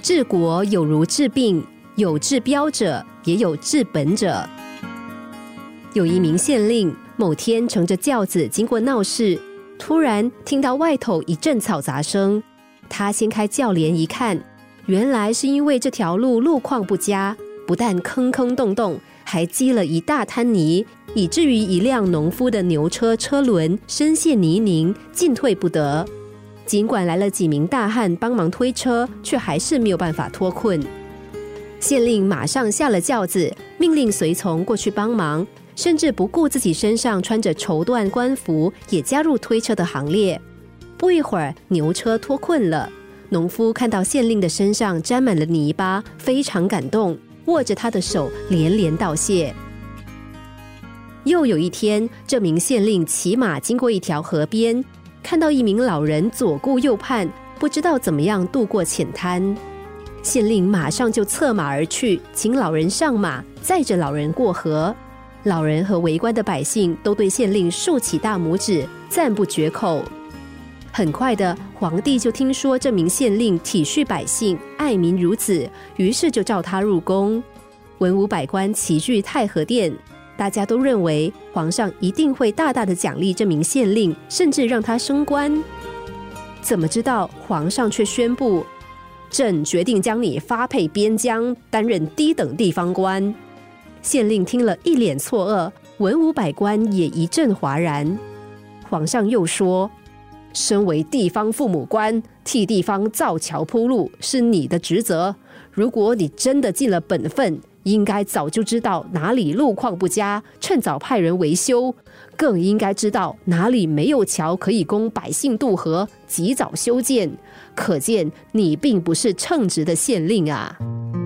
治国有如治病，有治标者，也有治本者。有一名县令，某天乘着轿子经过闹市，突然听到外头一阵嘈杂声。他掀开轿帘一看，原来是因为这条路况不佳，不但坑坑洞洞，还积了一大滩泥，以至于一辆农夫的牛车车轮深陷泥泞，进退不得。尽管来了几名大汉帮忙推车，却还是没有办法脱困。县令马上下了轿子，命令随从过去帮忙，甚至不顾自己身上穿着绸缎官服，也加入推车的行列。不一会儿，牛车脱困了。农夫看到县令的身上沾满了泥巴，非常感动，握着他的手连连道谢。又有一天，这名县令骑马经过一条河边，看到一名老人左顾右盼，不知道怎么样渡过浅滩。县令马上就策马而去，请老人上马，载着老人过河。老人和围观的百姓都对县令竖起大拇指，赞不绝口。很快的，皇帝就听说这名县令体恤百姓，爱民如子，于是就召他入宫。文武百官齐聚太和殿，大家都认为皇上一定会大大的奖励这名县令，甚至让他升官。怎么知道皇上却宣布，朕决定将你发配边疆，担任低等地方官。县令听了一脸错愕，文武百官也一阵哗然。皇上又说，身为地方父母官，替地方造桥铺路是你的职责，如果你真的尽了本分，应该早就知道哪里路况不佳，趁早派人维修，更应该知道哪里没有桥可以供百姓渡河，及早修建。可见你并不是称职的县令啊。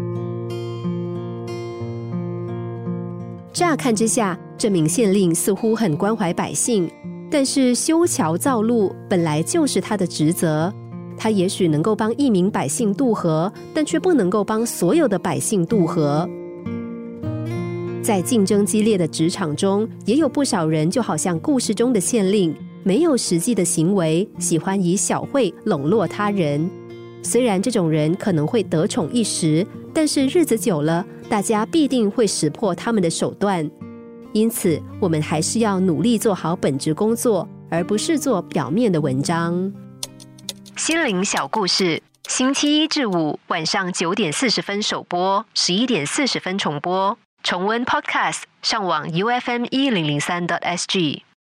乍看之下，这名县令似乎很关怀百姓，但是修桥造路本来就是他的职责，他也许能够帮一名百姓渡河，但却不能够帮所有的百姓渡河。在竞争激烈的职场中，也有不少人就好像故事中的县令，没有实际的行为，喜欢以小惠笼络他人。虽然这种人可能会得宠一时，但是日子久了，大家必定会识破他们的手段。因此，我们还是要努力做好本职工作，而不是做表面的文章。心灵小故事，星期一至五晚上9点40分首播，11点40分重播。重温 Podcast， 上网 UFM1003.SG。